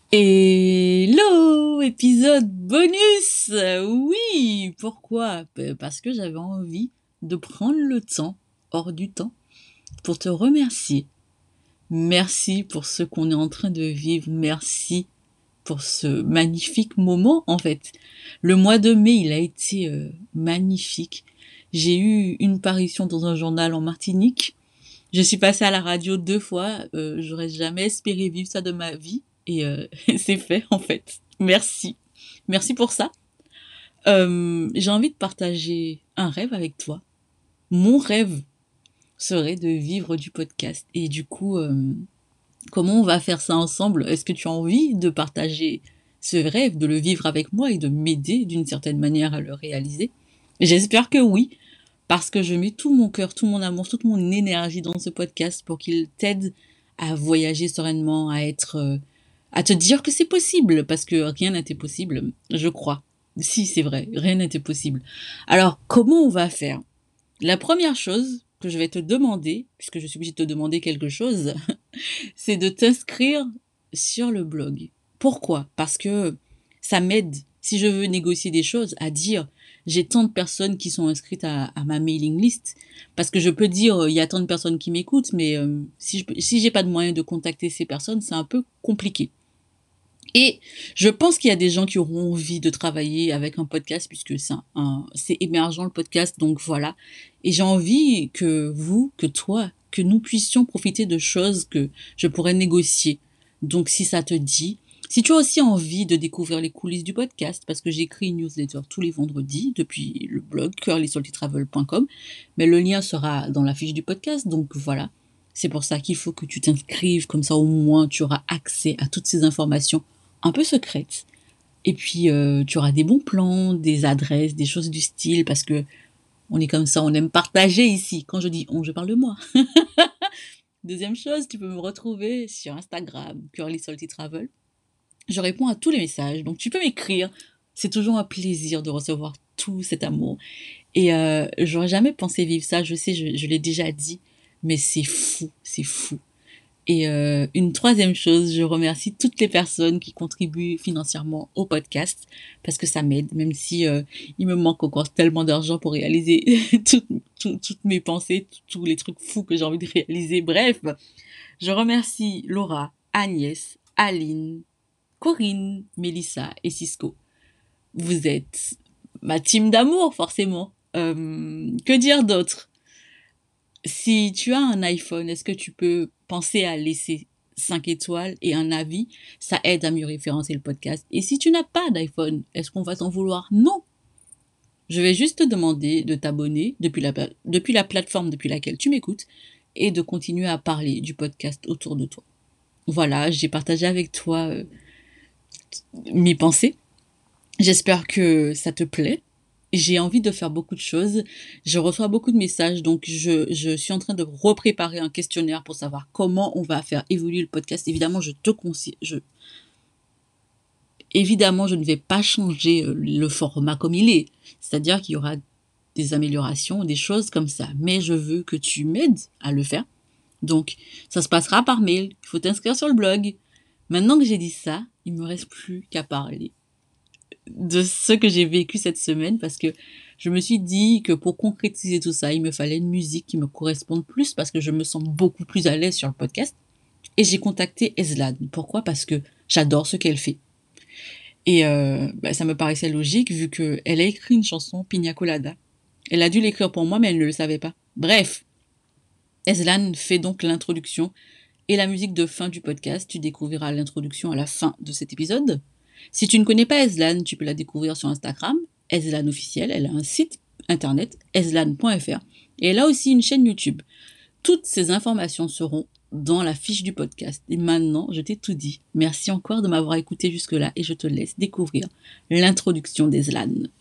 Hello, épisode bonus. Oui, pourquoi? Parce que j'avais envie de prendre le temps, hors du temps, pour te remercier. Merci pour ce qu'on est en train de vivre. Merci pour ce magnifique moment, en fait. Le mois de mai, il a été magnifique. J'ai eu une parution dans un journal en Martinique. Je suis passée à la radio 2 fois. J'aurais jamais espéré vivre ça de ma vie. Et c'est fait, en fait. Merci. Merci pour ça. J'ai envie de partager un rêve avec toi. Mon rêve serait de vivre du podcast. Et du coup, comment on va faire ça ensemble? Est-ce que tu as envie de partager ce rêve, de le vivre avec moi et de m'aider d'une certaine manière à le réaliser? J'espère que oui, parce que je mets tout mon cœur, tout mon amour, toute mon énergie dans ce podcast pour qu'il t'aide à voyager sereinement, à te dire que c'est possible, parce que rien n'était possible, je crois. Si, c'est vrai, rien n'était possible. Alors, comment on va faire? La première chose que je vais te demander, puisque je suis obligée de te demander quelque chose, c'est de t'inscrire sur le blog. Pourquoi? Parce que ça m'aide, si je veux négocier des choses, à dire j'ai tant de personnes qui sont inscrites à ma mailing list. Parce que je peux dire il y a tant de personnes qui m'écoutent, mais si j'ai pas de moyen de contacter ces personnes, c'est un peu compliqué. Et je pense qu'il y a des gens qui auront envie de travailler avec un podcast puisque c'est émergent le podcast, donc voilà. Et j'ai envie que vous, que toi, que nous puissions profiter de choses que je pourrais négocier. Donc si ça te dit, si tu as aussi envie de découvrir les coulisses du podcast, parce que j'écris une newsletter tous les vendredis depuis le blog curlysaltytravel.com, mais le lien sera dans la fiche du podcast, donc voilà. C'est pour ça qu'il faut que tu t'inscrives, comme ça au moins tu auras accès à toutes ces informations un peu secrète. Et puis, tu auras des bons plans, des adresses, des choses du style, parce que on est comme ça, on aime partager ici. Quand je dis on, je parle de moi. Deuxième chose, tu peux me retrouver sur Instagram, Curly Salty Travel. Je réponds à tous les messages, donc tu peux m'écrire. C'est toujours un plaisir de recevoir tout cet amour. Et j'aurais jamais pensé vivre ça, je sais, je l'ai déjà dit, mais c'est fou, c'est fou. Et une troisième chose, je remercie toutes les personnes qui contribuent financièrement au podcast parce que ça m'aide, même si il me manque encore tellement d'argent pour réaliser toutes mes pensées, tous les trucs fous que j'ai envie de réaliser. Bref, je remercie Laura, Agnès, Aline, Corinne, Mélissa et Cisco. Vous êtes ma team d'amour, forcément. Que dire d'autre? Si tu as un iPhone, est-ce que tu peux penser à laisser 5 étoiles et un avis? Ça aide à mieux référencer le podcast. Et si tu n'as pas d'iPhone, est-ce qu'on va t'en vouloir? Non. Je vais juste te demander de t'abonner depuis la plateforme depuis laquelle tu m'écoutes et de continuer à parler du podcast autour de toi. Voilà, j'ai partagé avec toi mes pensées. J'espère que ça te plaît. J'ai envie de faire beaucoup de choses. Je reçois beaucoup de messages, donc je suis en train de repréparer un questionnaire pour savoir comment on va faire évoluer le podcast. Évidemment, évidemment, je ne vais pas changer le format comme il est. C'est-à-dire qu'il y aura des améliorations, des choses comme ça. Mais je veux que tu m'aides à le faire. Donc, ça se passera par mail. Il faut t'inscrire sur le blog. Maintenant que j'ai dit ça, il me reste plus qu'à parler de ce que j'ai vécu cette semaine parce que je me suis dit que pour concrétiser tout ça, il me fallait une musique qui me corresponde plus parce que je me sens beaucoup plus à l'aise sur le podcast. Et j'ai contacté Eslan. Pourquoi? Parce que j'adore ce qu'elle fait. Et ça me paraissait logique vu qu'elle a écrit une chanson Pina Colada. Elle a dû l'écrire pour moi, mais elle ne le savait pas. Bref, Eslan fait donc l'introduction et la musique de fin du podcast. Tu découvriras l'introduction à la fin de cet épisode. Si tu ne connais pas Eslan, tu peux la découvrir sur Instagram, Eslan officiel. Elle a un site internet, eslan.fr. Et elle a aussi une chaîne YouTube. Toutes ces informations seront dans la fiche du podcast. Et maintenant, je t'ai tout dit. Merci encore de m'avoir écouté jusque-là et je te laisse découvrir l'introduction d'Eslan.